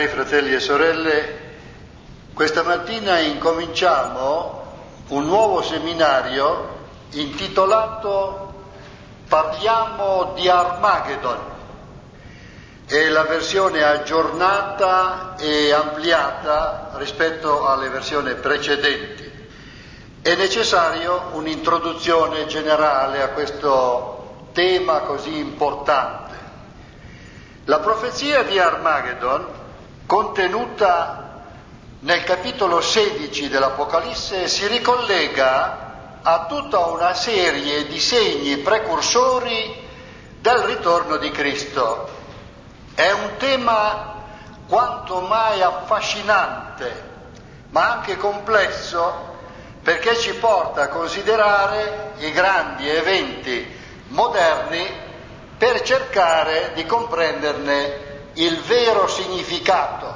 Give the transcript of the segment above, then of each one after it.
Cari fratelli e sorelle, questa mattina incominciamo un nuovo seminario intitolato Parliamo di Armageddon. È la versione aggiornata e ampliata rispetto alle versioni precedenti. È necessario un'introduzione generale a questo tema così importante. La profezia di Armageddon, contenuta nel capitolo 16 dell'Apocalisse, si ricollega a tutta una serie di segni precursori del ritorno di Cristo. È un tema quanto mai affascinante, ma anche complesso, perché ci porta a considerare i grandi eventi moderni per cercare di comprenderne il vero significato.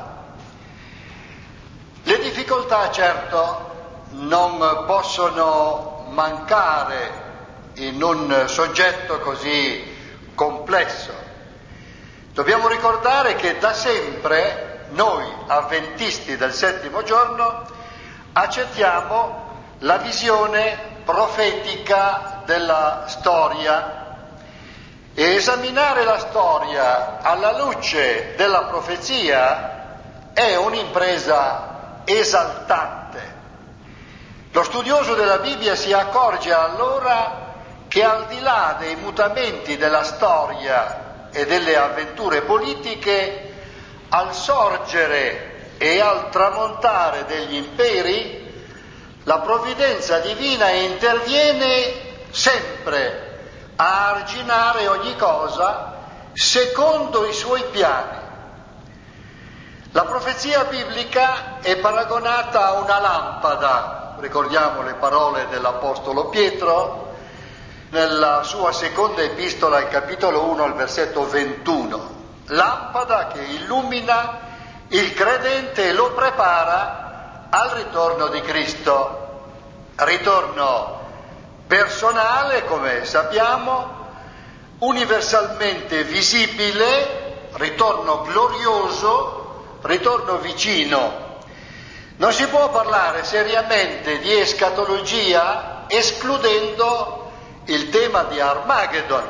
Le difficoltà, certo, non possono mancare in un soggetto così complesso. Dobbiamo ricordare che da sempre noi, avventisti del settimo giorno, accettiamo la visione profetica della storia. E esaminare la storia alla luce della profezia è un'impresa esaltante. Lo studioso della Bibbia si accorge allora che al di là dei mutamenti della storia e delle avventure politiche, al sorgere e al tramontare degli imperi, la provvidenza divina interviene sempre a arginare ogni cosa secondo i suoi piani. La profezia biblica è paragonata a una lampada, ricordiamo le parole dell'Apostolo Pietro nella sua seconda epistola, al capitolo 1, al versetto 21. Lampada che illumina il credente e lo prepara al ritorno di Cristo. Ritorno personale, come sappiamo, universalmente visibile, ritorno glorioso, ritorno vicino. Non si può parlare seriamente di escatologia escludendo il tema di Armageddon,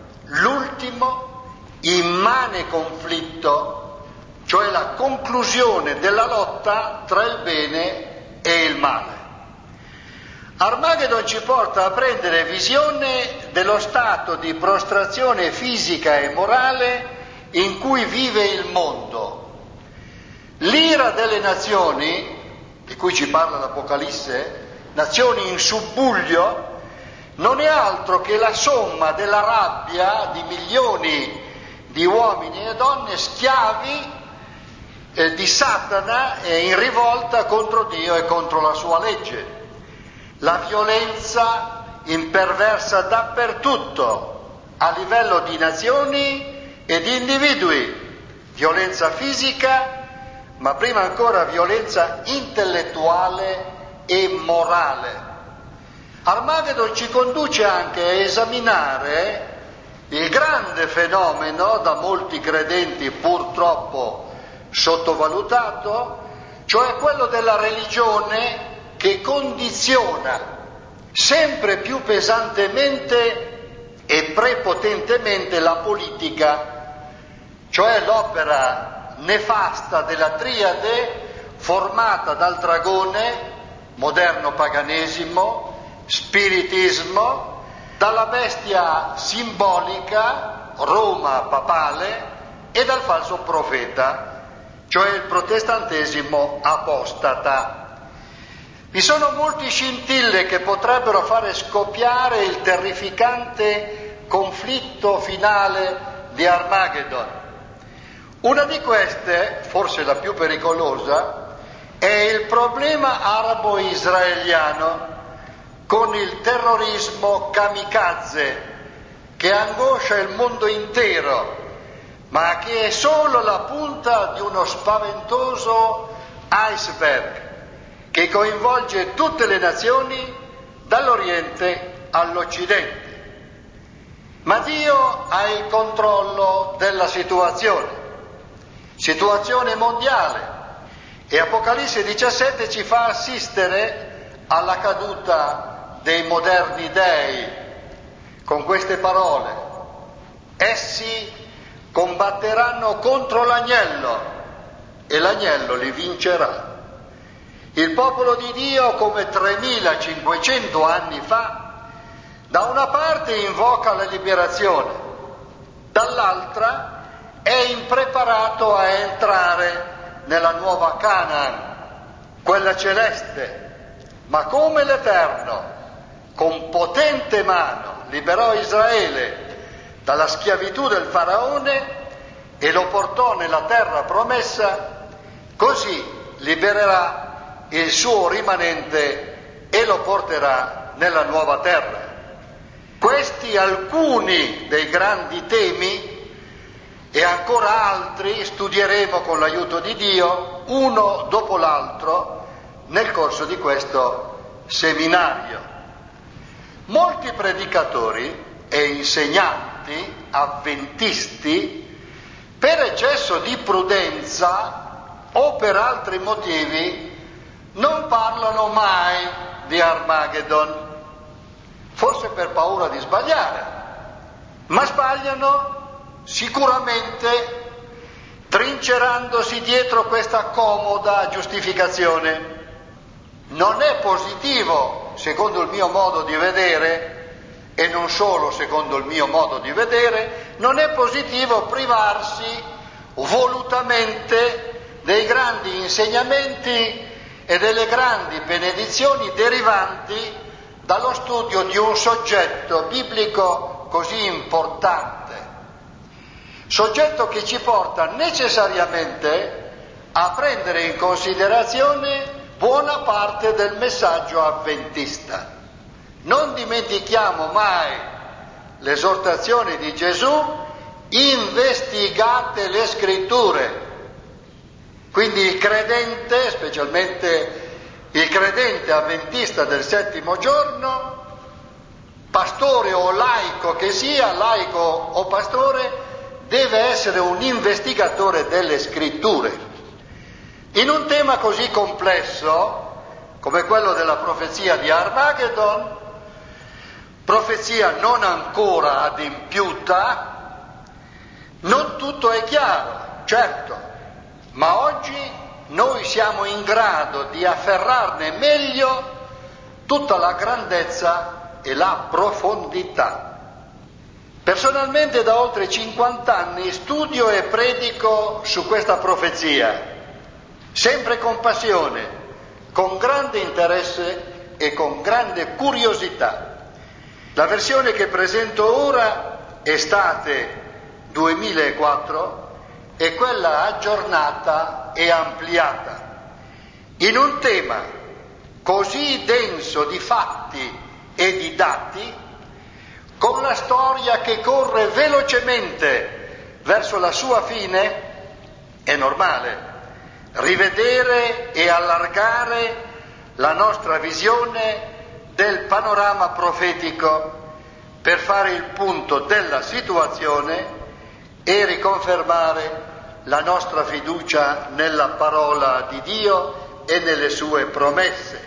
l'ultimo immane conflitto, cioè la conclusione della lotta tra il bene e il male. Armageddon ci porta a prendere visione dello stato di prostrazione fisica e morale in cui vive il mondo. L'ira delle nazioni, di cui ci parla l'Apocalisse, nazioni in subbuglio, non è altro che la somma della rabbia di milioni di uomini e donne schiavi di Satana e in rivolta contro Dio e contro la sua legge. La violenza imperversa dappertutto, a livello di nazioni e di individui, violenza fisica, ma prima ancora violenza intellettuale e morale. Armageddon ci conduce anche a esaminare il grande fenomeno, da molti credenti purtroppo sottovalutato, cioè quello della religione che condiziona sempre più pesantemente e prepotentemente la politica, cioè l'opera nefasta della triade formata dal dragone, moderno paganesimo, spiritismo, dalla bestia simbolica, Roma papale, e dal falso profeta, cioè il protestantesimo apostata. Vi sono molte scintille che potrebbero fare scoppiare il terrificante conflitto finale di Armageddon. Una di queste, forse la più pericolosa, è il problema arabo-israeliano con il terrorismo kamikaze che angoscia il mondo intero, ma che è solo la punta di uno spaventoso iceberg che coinvolge tutte le nazioni dall'Oriente all'Occidente. Ma Dio ha il controllo della situazione. situazione mondiale, e Apocalisse 17 ci fa assistere alla caduta dei moderni dei con queste parole: essi combatteranno contro l'agnello e l'agnello li vincerà. Il popolo di Dio, come 3500 anni fa, da una parte invoca la liberazione, dall'altra è impreparato a entrare nella nuova Canaan, quella celeste, ma come l'Eterno, con potente mano, liberò Israele dalla schiavitù del faraone e lo portò nella terra promessa, così libererà il suo rimanente e lo porterà nella nuova terra. Questi alcuni dei grandi temi, e ancora altri studieremo con l'aiuto di Dio, uno dopo l'altro, nel corso di questo seminario. Molti predicatori e insegnanti avventisti, per eccesso di prudenza o per altri motivi, non parlano mai di Armageddon, forse per paura di sbagliare, ma sbagliano sicuramente trincerandosi dietro questa comoda giustificazione. Non è positivo, secondo il mio modo di vedere, e non solo secondo il mio modo di vedere, non è positivo privarsi volutamente dei grandi insegnamenti e delle grandi benedizioni derivanti dallo studio di un soggetto biblico così importante. Soggetto che ci porta necessariamente a prendere in considerazione buona parte del messaggio avventista. Non dimentichiamo mai l'esortazione di Gesù: investigate le scritture. Quindi il credente, specialmente il credente avventista del settimo giorno, pastore o laico che sia, laico o pastore, deve essere un investigatore delle scritture. In un tema così complesso come quello della profezia di Armageddon, profezia non ancora adempiuta, non tutto è chiaro, certo, ma oggi noi siamo in grado di afferrarne meglio tutta la grandezza e la profondità. Personalmente da oltre 50 anni studio e predico su questa profezia, sempre con passione, con grande interesse e con grande curiosità. La versione che presento ora, Estate 2004, è quella aggiornata e ampliata, in un tema così denso di fatti e di dati, con una storia che corre velocemente verso la sua fine. È normale rivedere e allargare la nostra visione del panorama profetico per fare il punto della situazione e riconfermare la nostra fiducia nella parola di Dio e nelle sue promesse.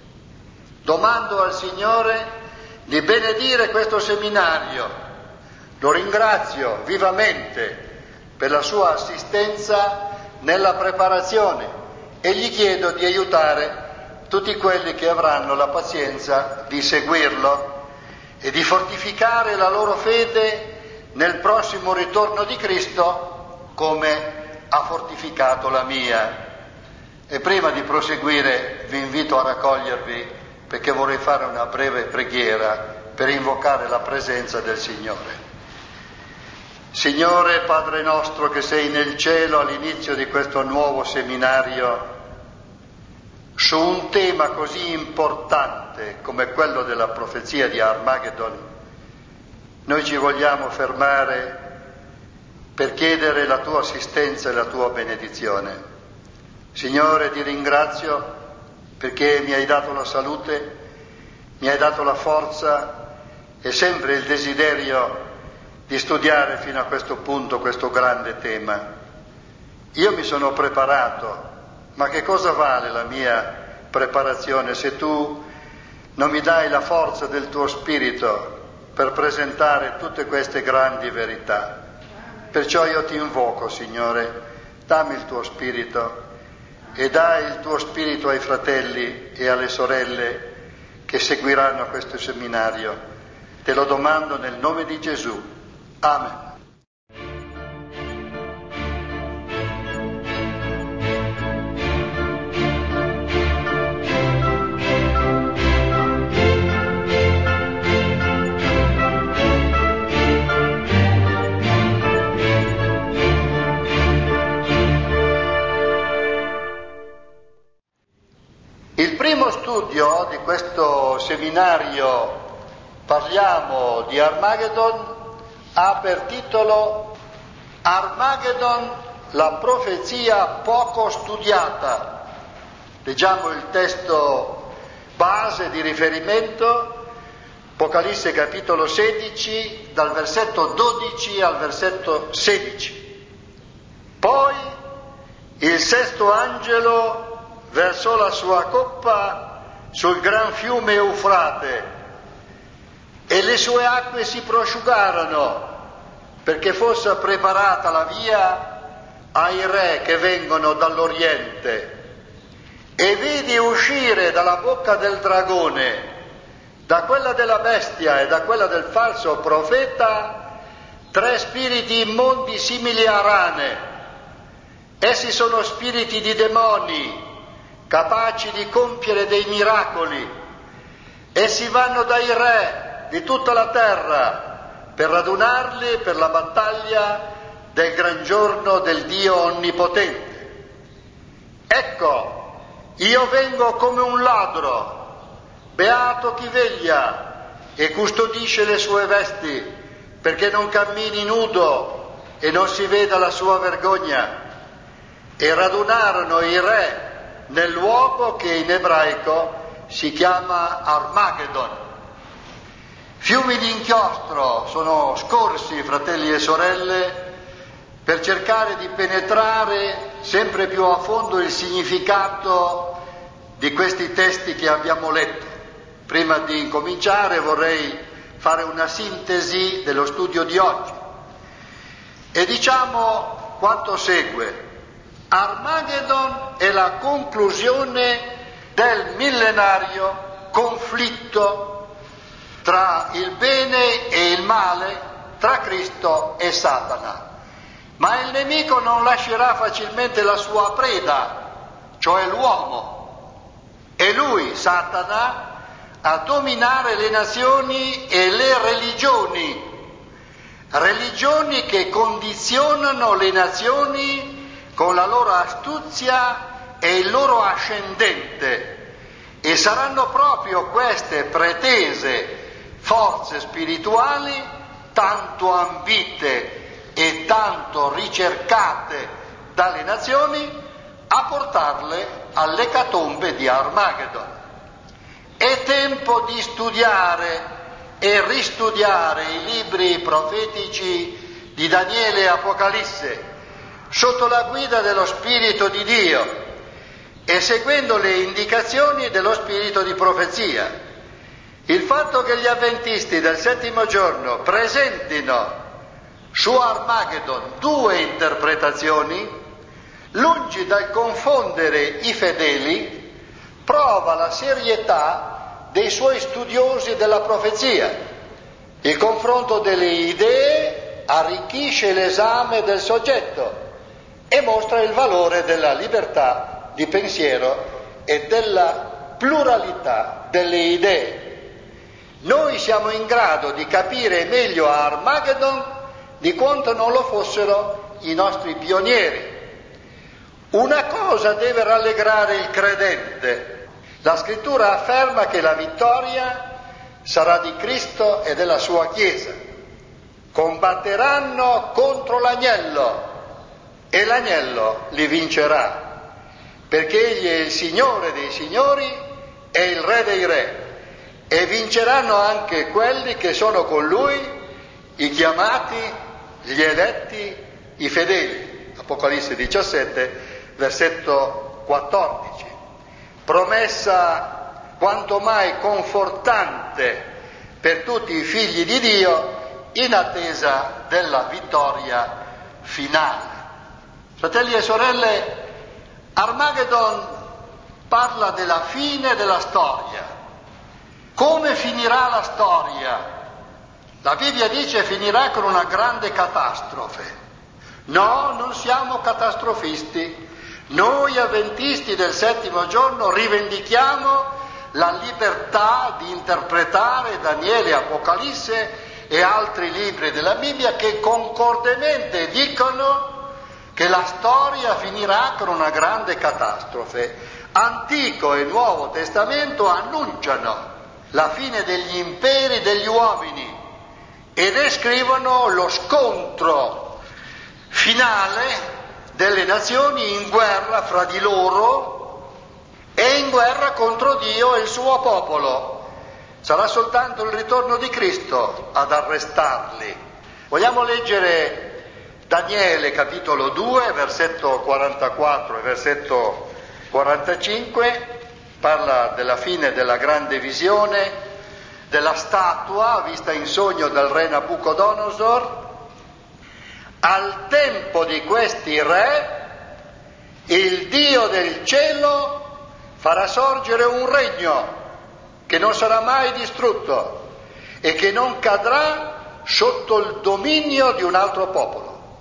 Domando al Signore di benedire questo seminario. Lo ringrazio vivamente per la sua assistenza nella preparazione e gli chiedo di aiutare tutti quelli che avranno la pazienza di seguirlo e di fortificare la loro fede nel prossimo ritorno di Cristo come ha fortificato la mia. E prima di proseguire vi invito a raccogliervi, perché vorrei fare una breve preghiera per invocare la presenza del Signore. Signore Padre nostro che sei nel cielo, all'inizio di questo nuovo seminario, su un tema così importante come quello della profezia di Armageddon, noi ci vogliamo fermare per chiedere la tua assistenza e la tua benedizione. Signore, ti ringrazio perché mi hai dato la salute, mi hai dato la forza e sempre il desiderio di studiare fino a questo punto questo grande tema. io mi sono preparato, ma che cosa vale la mia preparazione se tu non mi dai la forza del tuo spirito per presentare tutte queste grandi verità? Perciò io ti invoco, Signore, dammi il tuo spirito e dai il tuo spirito ai fratelli e alle sorelle che seguiranno questo seminario. Te lo domando nel nome di Gesù. Amen. Il primo studio di questo seminario, parliamo di Armageddon, ha per titolo Armageddon, la profezia poco studiata. Leggiamo il testo base di riferimento, Apocalisse capitolo 16, dal versetto 12 al versetto 16. Poi il sesto angelo versò la sua coppa sul gran fiume Eufrate e le sue acque si prosciugarono perché fosse preparata la via ai re che vengono dall'Oriente. E vidi uscire dalla bocca del dragone, da quella della bestia e da quella del falso profeta, 3 spiriti immondi simili a rane. Essi sono spiriti di demoni, capaci di compiere dei miracoli. Essi vanno dai re di tutta la terra per radunarli per la battaglia del gran giorno del Dio Onnipotente. Ecco, io vengo come un ladro, beato chi veglia e custodisce le sue vesti, perché non cammini nudo e non si veda la sua vergogna. E radunarono i re nel luogo che in ebraico si chiama Armageddon. Fiumi di inchiostro sono scorsi, fratelli e sorelle, per cercare di penetrare sempre più a fondo il significato di questi testi che abbiamo letto. Prima di incominciare vorrei fare una sintesi dello studio di oggi e diciamo quanto segue. Armageddon è la conclusione del millenario conflitto tra il bene e il male, tra Cristo e Satana. Ma il nemico non lascerà facilmente la sua preda, cioè l'uomo. È lui, Satana, a dominare le nazioni e le religioni che condizionano le nazioni con la loro astuzia e il loro ascendente, e saranno proprio queste pretese forze spirituali, tanto ambite e tanto ricercate dalle nazioni, a portarle all'ecatombe di Armageddon. È tempo di studiare e ristudiare i libri profetici di Daniele e Apocalisse, sotto la guida dello Spirito di Dio e seguendo le indicazioni dello Spirito di profezia. Il fatto che gli avventisti del 7° giorno presentino su Armageddon 2 interpretazioni, lungi dal confondere i fedeli, prova la serietà dei suoi studiosi della profezia. Il confronto delle idee arricchisce l'esame del soggetto e mostra il valore della libertà di pensiero e della pluralità delle idee. Noi siamo in grado di capire meglio Armageddon di quanto non lo fossero i nostri pionieri. Una cosa deve rallegrare il credente. La Scrittura afferma che la vittoria sarà di Cristo e della sua Chiesa. Combatteranno contro l'agnello e l'agnello li vincerà, perché egli è il Signore dei signori e il Re dei re, e vinceranno anche quelli che sono con lui, i chiamati, gli eletti, i fedeli. Apocalisse 17, versetto 14. Promessa quanto mai confortante per tutti i figli di Dio in attesa della vittoria finale. Fratelli e sorelle, Armageddon parla della fine della storia. Come finirà la storia? La Bibbia dice finirà con una grande catastrofe. No, non siamo catastrofisti. Noi avventisti del settimo giorno rivendichiamo la libertà di interpretare Daniele, Apocalisse e altri libri della Bibbia che concordemente dicono che la storia finirà con una grande catastrofe. Antico e Nuovo Testamento annunciano la fine degli imperi degli uomini e descrivono lo scontro finale delle nazioni in guerra fra di loro e in guerra contro Dio e il suo popolo. Sarà soltanto il ritorno di Cristo ad arrestarli. Vogliamo leggere Daniele capitolo 2, versetto 44 e versetto 45, parla della fine della grande visione, della statua vista in sogno dal re Nabucodonosor. Al tempo di questi re, il Dio del cielo farà sorgere un regno che non sarà mai distrutto e che non cadrà sotto il dominio di un altro popolo.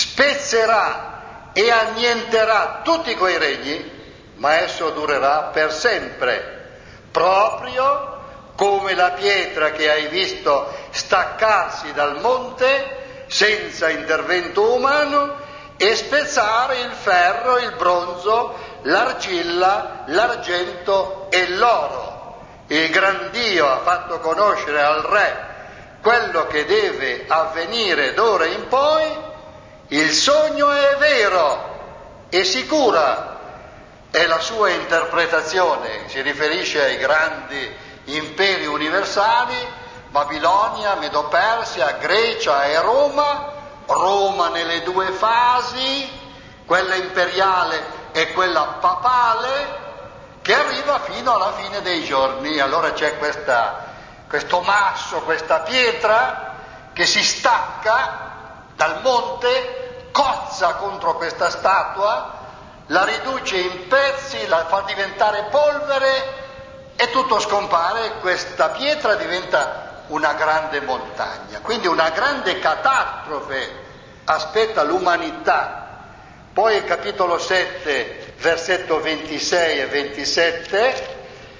Spezzerà e annienterà tutti quei regni, ma esso durerà per sempre, proprio come la pietra che hai visto staccarsi dal monte senza intervento umano e spezzare il ferro, il bronzo, l'argilla, l'argento e l'oro. Il gran Dio ha fatto conoscere al re quello che deve avvenire d'ora in poi. Il sogno è vero e sicura, è la sua interpretazione, si riferisce ai grandi imperi universali, Babilonia, Medo-Persia, Grecia e Roma, Roma nelle due fasi, quella imperiale e quella papale, che arriva fino alla fine dei giorni. Allora c'è questo masso, questa pietra che si stacca dal monte, cozza contro questa statua, la riduce in pezzi, la fa diventare polvere e tutto scompare, questa pietra diventa una grande montagna. Quindi una grande catastrofe aspetta l'umanità. Poi il capitolo 7, versetto 26 e 27,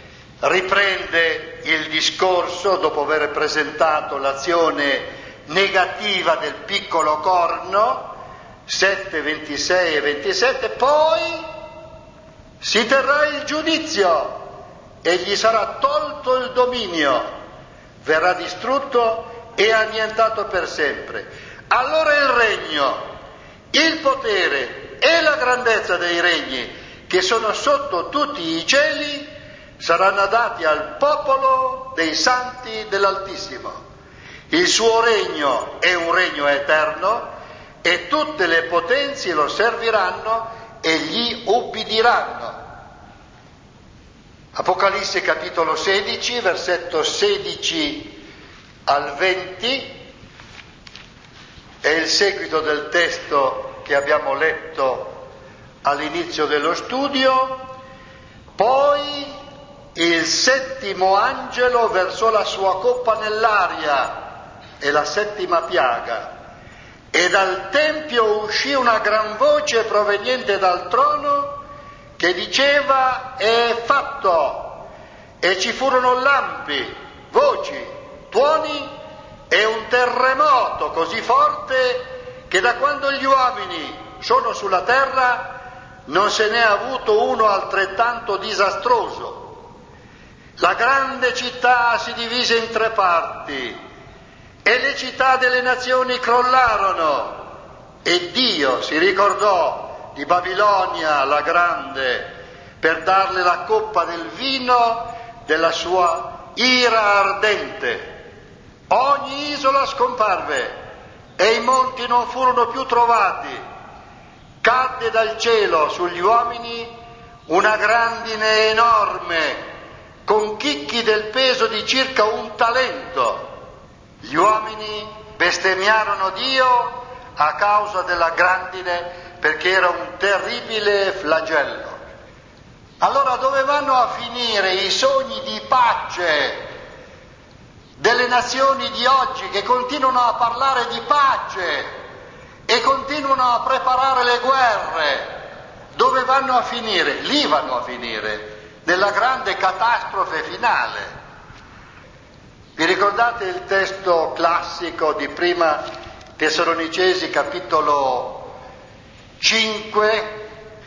riprende il discorso dopo aver presentato l'azione negativa del piccolo corno, 7, 26 e 27, poi si terrà il giudizio e gli sarà tolto il dominio, verrà distrutto e annientato per sempre. Allora il regno, il potere e la grandezza dei regni che sono sotto tutti i cieli saranno dati al popolo dei santi dell'Altissimo. Il suo regno è un regno eterno e tutte le potenze lo serviranno e gli ubbidiranno. Apocalisse capitolo 16, versetto 16 al 20, è il seguito del testo che abbiamo letto all'inizio dello studio. Poi il settimo angelo versò la sua coppa nell'aria, è la settima piaga, e dal tempio uscì una gran voce proveniente dal trono che diceva: è fatto. E ci furono lampi, voci, tuoni e un terremoto così forte che da quando gli uomini sono sulla terra non se n'è avuto uno altrettanto disastroso. La grande città si divise in tre parti e le città delle nazioni crollarono, e Dio si ricordò di Babilonia la grande per darle la coppa del vino della sua ira ardente. Ogni isola scomparve e i monti non furono più trovati, cadde dal cielo sugli uomini una grandine enorme, con chicchi del peso di circa 1 talento. Gli uomini bestemmiarono Dio a causa della grandine, perché era un terribile flagello. Allora dove vanno a finire i sogni di pace delle nazioni di oggi, che continuano a parlare di pace e continuano a preparare le guerre? Dove vanno a finire? Lì vanno a finire, nella grande catastrofe finale. Vi ricordate il testo classico di Prima Tessalonicesi, capitolo 5,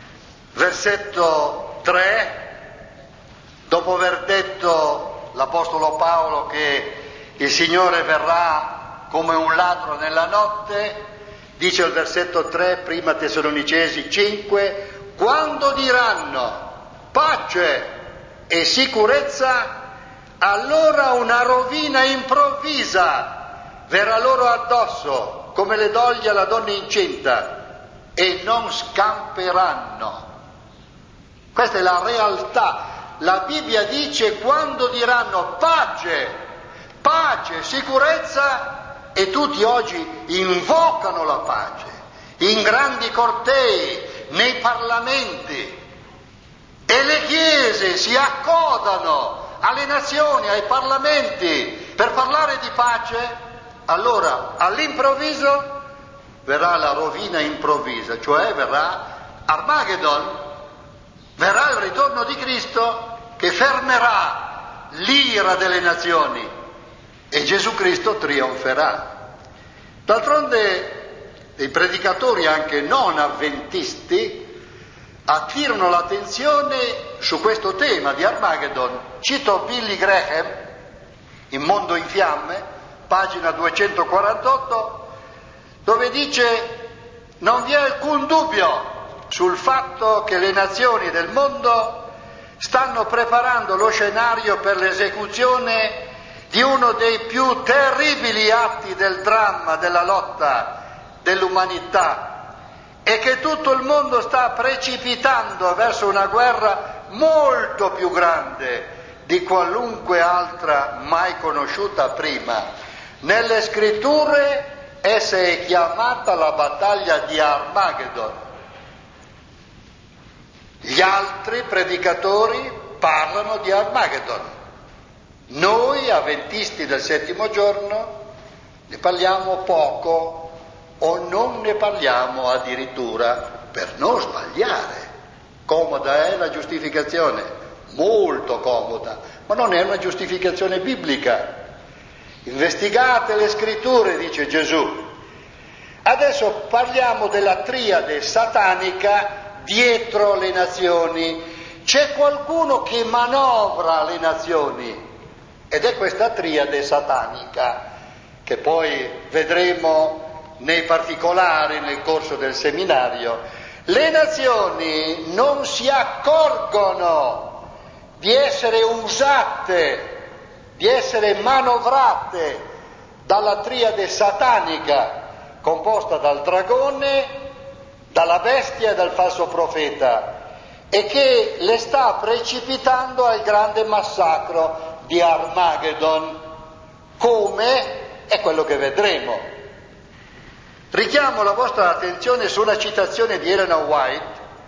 versetto 3, dopo aver detto l'Apostolo Paolo che il Signore verrà come un ladro nella notte, dice il versetto 3, Prima Tessalonicesi 5, quando diranno pace e sicurezza, allora una rovina improvvisa verrà loro addosso, come le doglie alla donna incinta, e non scamperanno. Questa è la realtà. La Bibbia dice quando diranno pace, pace, sicurezza, e tutti oggi invocano la pace, in grandi cortei, nei parlamenti, e le chiese si accodano alle nazioni, ai parlamenti per parlare di pace. Allora all'improvviso verrà la rovina improvvisa, cioè verrà Armageddon, verrà il ritorno di Cristo che fermerà l'ira delle nazioni e Gesù Cristo trionferà. D'altronde i predicatori anche non avventisti attirano l'attenzione su questo tema di Armageddon. Cito Billy Graham, in Mondo in Fiamme, pagina 248, dove dice: non vi è alcun dubbio sul fatto che le nazioni del mondo stanno preparando lo scenario per l'esecuzione di uno dei più terribili atti del dramma della lotta dell'umanità, e che tutto il mondo sta precipitando verso una guerra molto più grande di qualunque altra mai conosciuta prima. Nelle scritture essa è chiamata la battaglia di Armageddon. Gli altri predicatori parlano di Armageddon. Noi, avventisti del settimo giorno, ne parliamo poco o non ne parliamo addirittura per non sbagliare. Comoda è la giustificazione, molto comoda, ma non è una giustificazione biblica. Investigate le scritture, dice Gesù. Adesso parliamo della triade satanica dietro le nazioni. C'è qualcuno che manovra le nazioni ed è questa triade satanica che poi vedremo nei particolari nel corso del seminario. Le nazioni non si accorgono di essere usate, di essere manovrate dalla triade satanica composta dal dragone, dalla bestia e dal falso profeta, e che le sta precipitando al grande massacro di Armageddon. Come? È quello che vedremo. Richiamo la vostra attenzione su una citazione di Elena White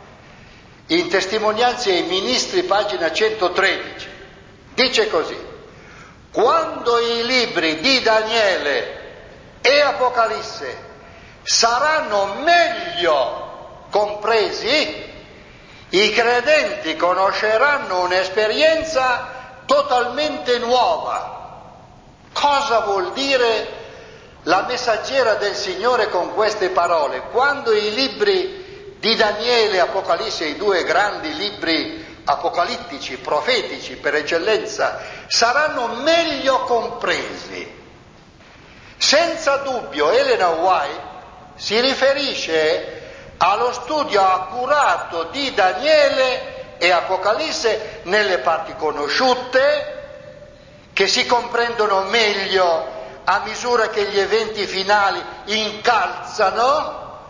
in Testimonianze ai Ministri, pagina 113. Dice così: quando i libri di Daniele e Apocalisse saranno meglio compresi, i credenti conosceranno un'esperienza totalmente nuova. Cosa vuol dire la messaggera del Signore con queste parole? Quando i libri di Daniele e Apocalisse, i due grandi libri apocalittici, profetici per eccellenza, saranno meglio compresi. Senza dubbio Elena White si riferisce allo studio accurato di Daniele e Apocalisse nelle parti conosciute, che si comprendono meglio a misura che gli eventi finali incalzano,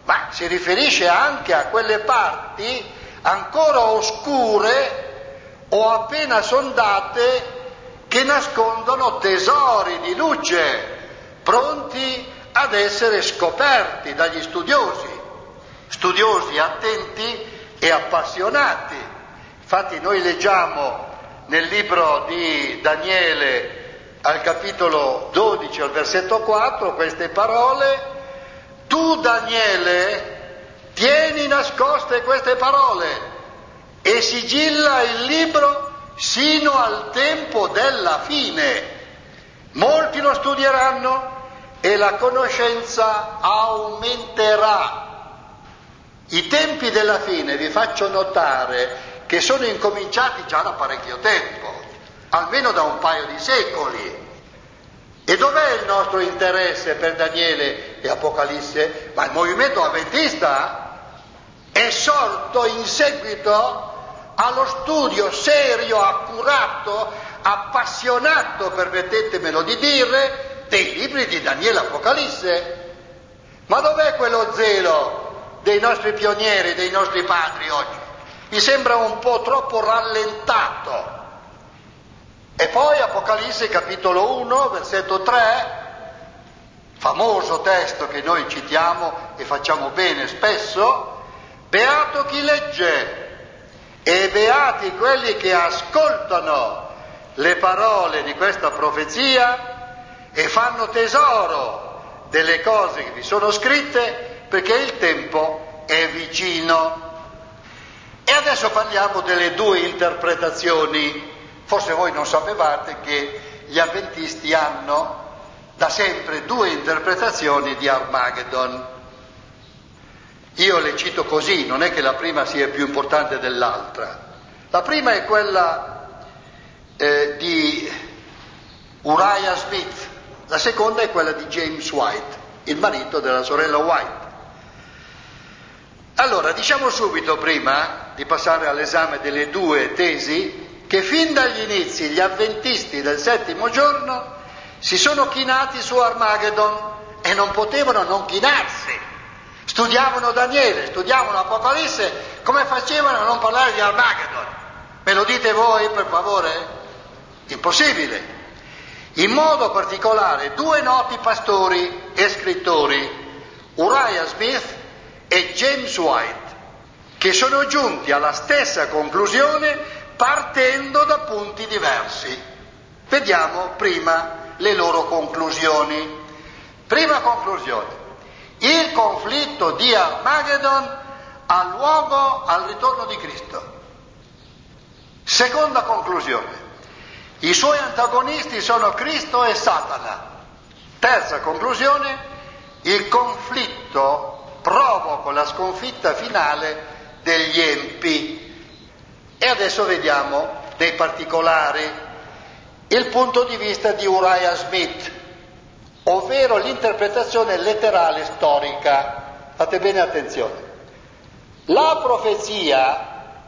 ma si riferisce anche a quelle parti ancora oscure o appena sondate che nascondono tesori di luce pronti ad essere scoperti dagli studiosi attenti e appassionati. Infatti noi leggiamo nel libro di Daniele al capitolo 12 al versetto 4 queste parole: tu Daniele tieni nascoste queste parole e sigilla il libro sino al tempo della fine. Molti lo studieranno e la conoscenza aumenterà. I tempi della fine, vi faccio notare che sono incominciati già da parecchio tempo, almeno da un paio di secoli. E dov'è il nostro interesse per Daniele e Apocalisse? Ma il movimento avventista è sorto in seguito allo studio serio, accurato, appassionato, permettetemelo di dire, dei libri di Daniele e Apocalisse. Ma dov'è quello zelo dei nostri pionieri, dei nostri padri oggi? Mi sembra un po' troppo rallentato. E poi Apocalisse capitolo 1, versetto 3, famoso testo che noi citiamo e facciamo bene spesso: beato chi legge e beati quelli che ascoltano le parole di questa profezia e fanno tesoro delle cose che vi sono scritte, perché il tempo è vicino. E adesso parliamo delle due interpretazioni. Forse voi non sapevate che gli avventisti hanno da sempre due interpretazioni di Armageddon. Io le cito così, non è che la prima sia più importante dell'altra. La prima è quella di Uriah Smith, la seconda è quella di James White, il marito della sorella White. Allora, diciamo subito, prima di passare all'esame delle due tesi, che fin dagli inizi gli avventisti del settimo giorno si sono chinati su Armageddon e non potevano non chinarsi. Studiavano Daniele, studiavano Apocalisse, come facevano a non parlare di Armageddon? Me lo dite voi, per favore? Impossibile. In modo particolare due noti pastori e scrittori, Uriah Smith e James White, che sono giunti alla stessa conclusione partendo da punti diversi. Vediamo prima le loro conclusioni. Prima conclusione: il conflitto di Armageddon ha luogo al ritorno di Cristo. Seconda conclusione: i suoi antagonisti sono Cristo e Satana. Terza conclusione: il conflitto provoca la sconfitta finale degli empi. E adesso vediamo dei particolari. Il punto di vista di Uriah Smith, ovvero l'interpretazione letterale storica. Fate bene attenzione. La profezia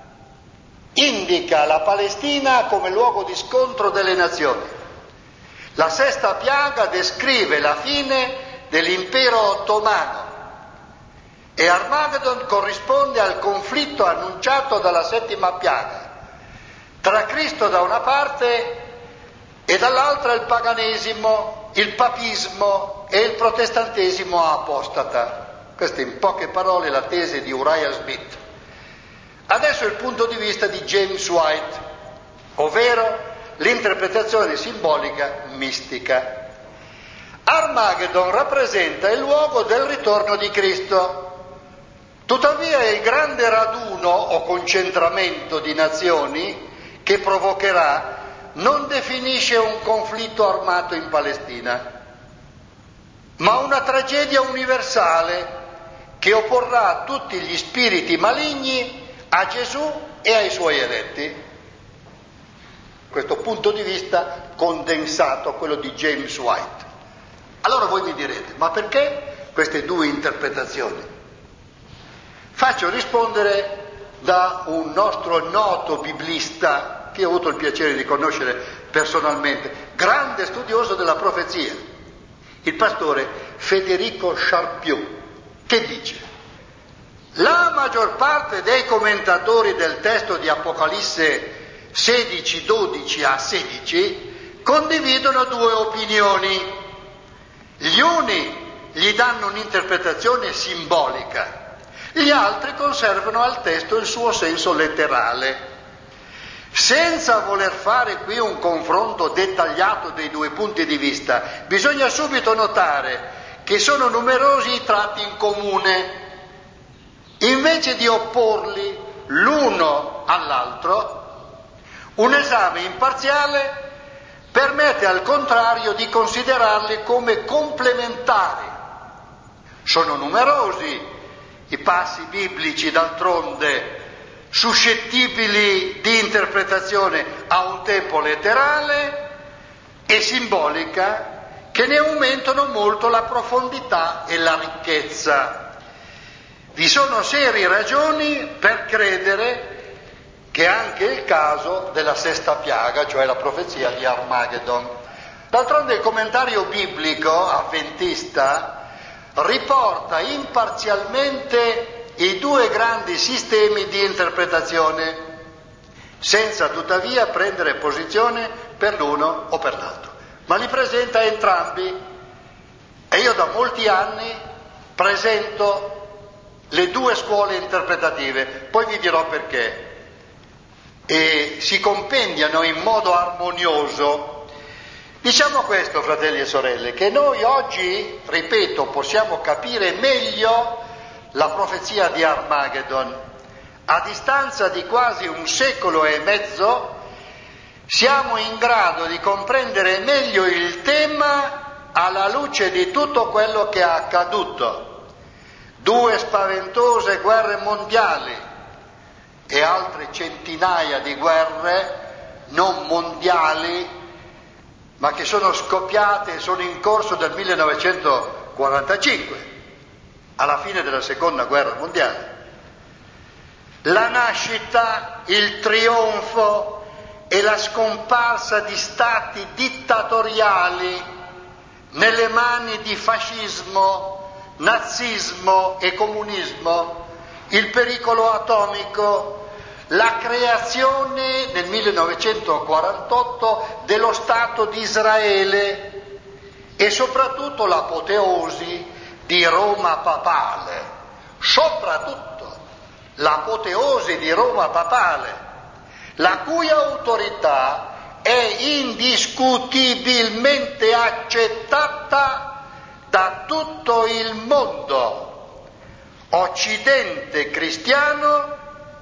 indica la Palestina come luogo di scontro delle nazioni. La sesta piaga descrive la fine dell'impero ottomano e Armageddon corrisponde al conflitto annunciato dalla settima piaga tra Cristo da una parte e dall'altra il paganesimo, il papismo e il protestantesimo apostata. Questa in poche parole è la tesi di Uriah Smith. Adesso il punto di vista di James White, ovvero l'interpretazione simbolica mistica. Armageddon rappresenta il luogo del ritorno di Cristo. Tuttavia il grande raduno o concentramento di nazioni che provocherà non definisce un conflitto armato in Palestina, ma una tragedia universale che opporrà tutti gli spiriti maligni a Gesù e ai suoi eletti. Questo punto di vista condensato, quello di James White. Allora voi mi direte, ma perché queste due interpretazioni? Faccio rispondere da un nostro noto biblista che ho avuto il piacere di conoscere personalmente, grande studioso della profezia, il pastore Federico Charpieu, che dice: La maggior parte dei commentatori del testo di Apocalisse 16, 12 a 16 condividono due opinioni. Gli uni gli danno un'interpretazione simbolica, gli altri conservano al testo il suo senso letterale. Senza voler fare qui un confronto dettagliato dei due punti di vista, bisogna subito notare che sono numerosi i tratti in comune. Invece di opporli l'uno all'altro, un esame imparziale permette al contrario di considerarli come complementari. Sono numerosi i passi biblici, d'altronde, suscettibili di interpretazione a un tempo letterale e simbolica, che ne aumentano molto la profondità e la ricchezza. Vi sono serie ragioni per credere che è anche il caso della sesta piaga, cioè la profezia di Armageddon. D'altronde il commentario biblico avventista riporta imparzialmente i due grandi sistemi di interpretazione, senza tuttavia prendere posizione per l'uno o per l'altro, ma li presenta entrambi. E io da molti anni presento le due scuole interpretative, poi vi dirò perché, e si compendiano in modo armonioso. Diciamo questo, fratelli e sorelle, che noi oggi, ripeto, possiamo capire meglio la profezia di Armageddon. A distanza di quasi un secolo e mezzo siamo in grado di comprendere meglio il tema alla luce di tutto quello che è accaduto. 2 spaventose guerre mondiali e altre centinaia di guerre non mondiali, ma che sono scoppiate e sono in corso dal 1945, alla fine della seconda guerra mondiale. La nascita, il trionfo e la scomparsa di stati dittatoriali nelle mani di fascismo, nazismo e comunismo, il pericolo atomico, la creazione nel 1948 dello Stato di Israele e soprattutto l'apoteosi di Roma papale, soprattutto l'apoteosi di Roma papale, la cui autorità è indiscutibilmente accettata da tutto il mondo, Occidente cristiano,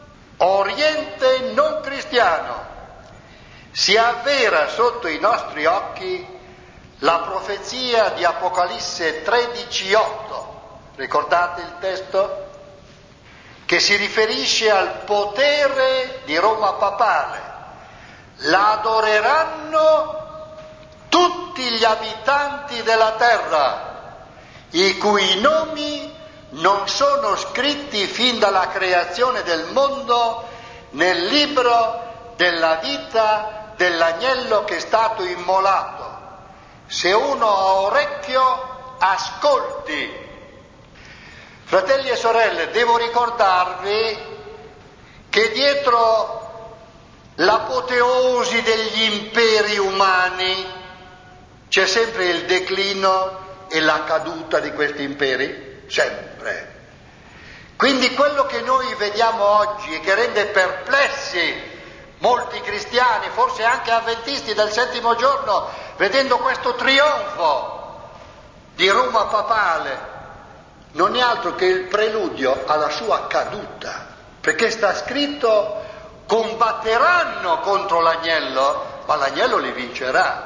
Oriente non cristiano. Si avvera sotto i nostri occhi la profezia di Apocalisse 13:8, ricordate il testo? Che si riferisce al potere di Roma papale. La adoreranno tutti gli abitanti della terra, i cui nomi non sono scritti fin dalla creazione del mondo nel libro della vita dell'agnello che è stato immolato. Se uno ha orecchio, ascolti. Fratelli e sorelle, devo ricordarvi che dietro l'apoteosi degli imperi umani c'è sempre il declino e la caduta di questi imperi, sempre. Quindi quello che noi vediamo oggi e che rende perplessi molti cristiani, forse anche avventisti del settimo giorno, vedendo questo trionfo di Roma papale, non è altro che il preludio alla sua caduta, perché sta scritto: combatteranno contro l'agnello, ma l'agnello li vincerà.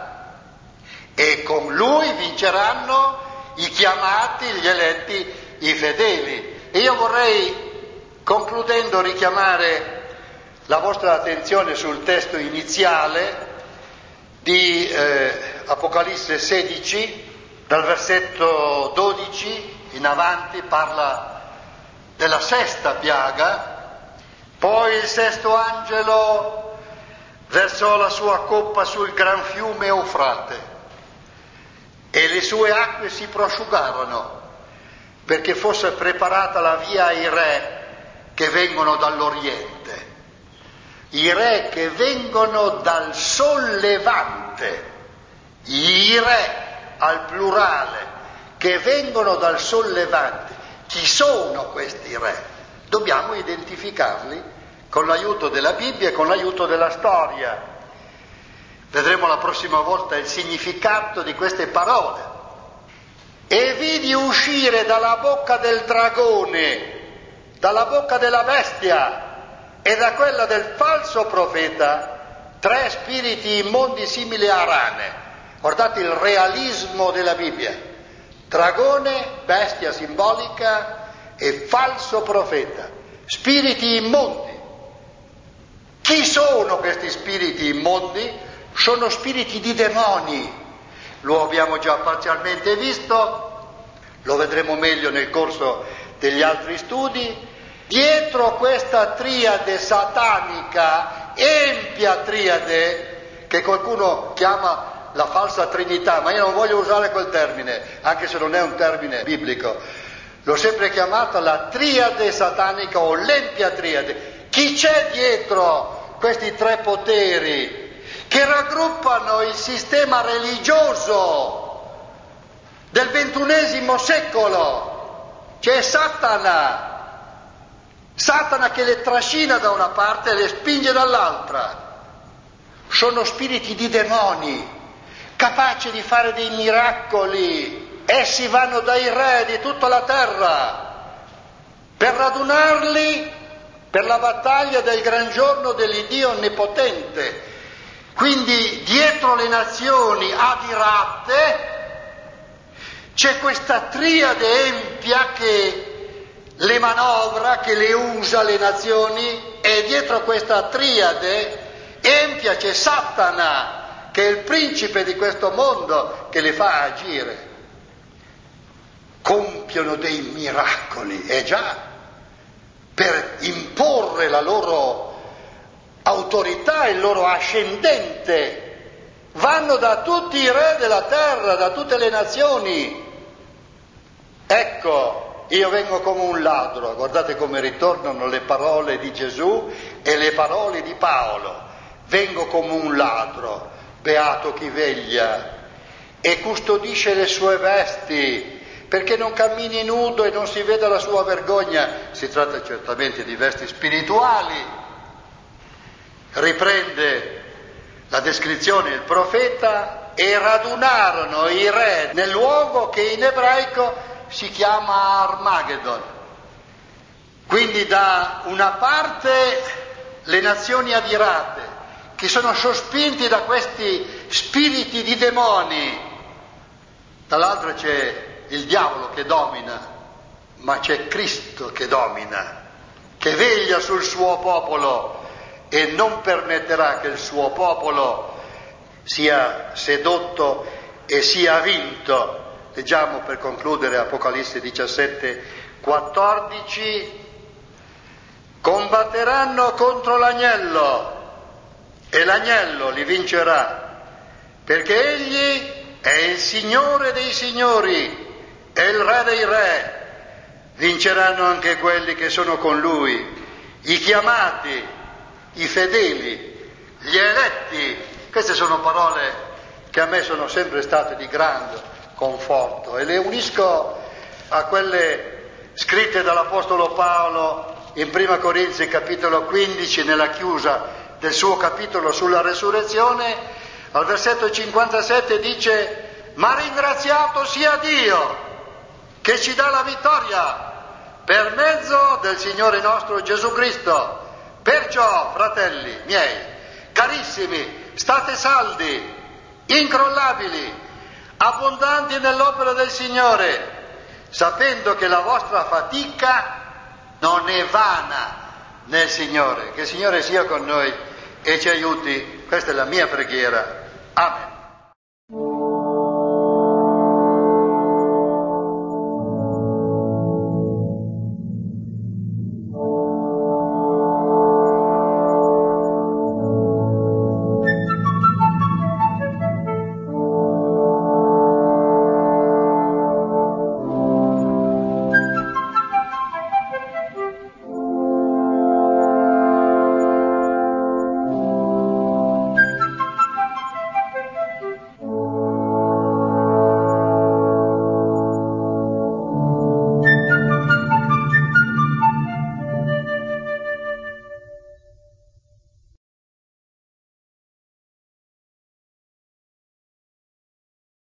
E con lui vinceranno i chiamati, gli eletti, i fedeli. E io vorrei, concludendo, richiamare la vostra attenzione sul testo iniziale di Apocalisse 16, dal versetto 12 in avanti parla della sesta piaga. Poi il sesto angelo versò la sua coppa sul gran fiume Eufrate e le sue acque si prosciugarono. perché fosse preparata la via ai re che vengono dall'Oriente, i re che vengono dal sollevante, i re al plurale che vengono dal sollevante. Chi sono questi re? Dobbiamo identificarli con l'aiuto della Bibbia e con l'aiuto della storia. Vedremo la prossima volta il significato di queste parole. E vidi uscire dalla bocca del dragone, dalla bocca della bestia e da quella del falso profeta 3 spiriti immondi simili a rane. Guardate il realismo della Bibbia: dragone, bestia simbolica, e falso profeta, spiriti immondi. Chi sono questi spiriti immondi? Sono spiriti di demoni. Lo abbiamo già parzialmente visto, lo vedremo meglio nel corso degli altri studi. Dietro questa triade satanica, empia triade, che qualcuno chiama la falsa trinità, ma io non voglio usare quel termine, anche se non è un termine biblico, l'ho sempre chiamata la triade satanica o l'empia triade. Chi c'è dietro questi 3 poteri che raggruppano il sistema religioso del XXI secolo? C'è Satana che le trascina da una parte e le spinge dall'altra. Sono spiriti di demoni, capaci di fare dei miracoli. Essi vanno dai re di tutta la terra per radunarli per la battaglia del gran giorno dell'Iddio onnipotente. Quindi dietro le nazioni adiratte c'è questa triade empia che le manovra, che le usa le nazioni, e dietro questa triade empia c'è Satana, che è il principe di questo mondo, che le fa agire. Compiono dei miracoli, già, per imporre la loro autorità, il loro ascendente. Vanno da tutti i re della terra, da tutte le nazioni. Ecco, io vengo come un ladro. Guardate come ritornano le parole di Gesù e le parole di Paolo. Vengo come un ladro, beato chi veglia e custodisce le sue vesti, perché non cammini nudo e non si veda la sua vergogna. Si tratta certamente di vesti spirituali. Riprende la descrizione il profeta: e radunarono i re nel luogo che in ebraico si chiama Armageddon. Quindi da una parte le nazioni adirate, che sono sospinti da questi spiriti di demoni, dall'altra c'è il diavolo che domina, ma c'è Cristo che domina, che veglia sul suo popolo e non permetterà che il suo popolo sia sedotto e sia vinto. Leggiamo per concludere Apocalisse 17:14: combatteranno contro l'agnello e l'agnello li vincerà, perché egli è il Signore dei signori e il Re dei re. Vinceranno anche quelli che sono con lui, i chiamati, i fedeli, gli eletti. Queste sono parole che a me sono sempre state di grande conforto e le unisco a quelle scritte dall'Apostolo Paolo in Prima Corinzi capitolo 15, nella chiusa del suo capitolo sulla resurrezione. Al versetto 57 dice: ma ringraziato sia Dio che ci dà la vittoria per mezzo del Signore nostro Gesù Cristo. Perciò, fratelli miei, carissimi, state saldi, incrollabili, abbondanti nell'opera del Signore, sapendo che la vostra fatica non è vana nel Signore. Che il Signore sia con noi e ci aiuti. Questa è la mia preghiera. Amen.